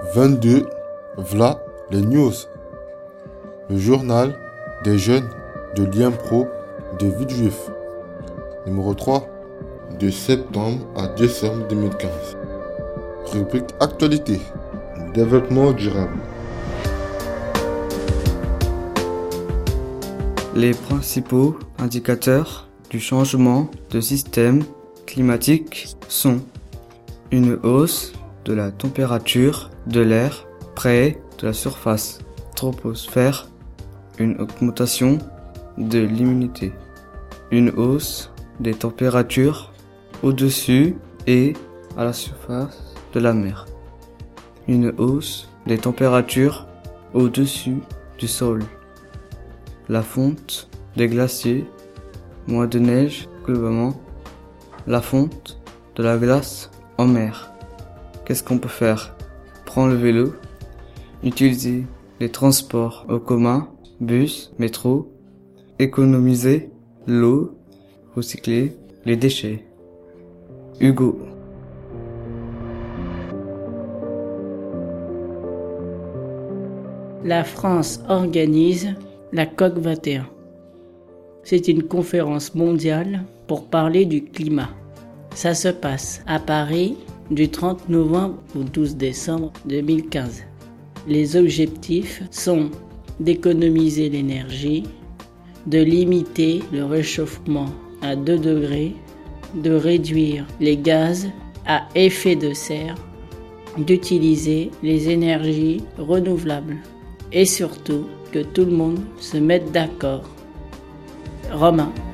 22. V'là les news. Le journal des jeunes de Lien Pro de Villejuif. Numéro 3. De septembre à décembre 2015. Rubrique Actualité. Développement durable. Les principaux indicateurs du changement de système climatique sont une hausse de la température de l'air près de la surface troposphère, une augmentation de l'humidité, une hausse des températures au-dessus et à la surface de la mer, une hausse des températures au-dessus du sol, la fonte des glaciers, moins de neige globalement, la fonte de la glace en mer. Qu'est-ce qu'on peut faire? Prendre le vélo, utiliser les transports en commun, bus, métro, économiser l'eau, recycler les déchets. Hugo. La France organise la COP 21. C'est une conférence mondiale pour parler du climat. Ça se passe à Paris du 30 novembre au 12 décembre 2015. Les objectifs sont d'économiser l'énergie, de limiter le réchauffement à 2 degrés, de réduire les gaz à effet de serre, d'utiliser les énergies renouvelables et surtout que tout le monde se mette d'accord. Romain.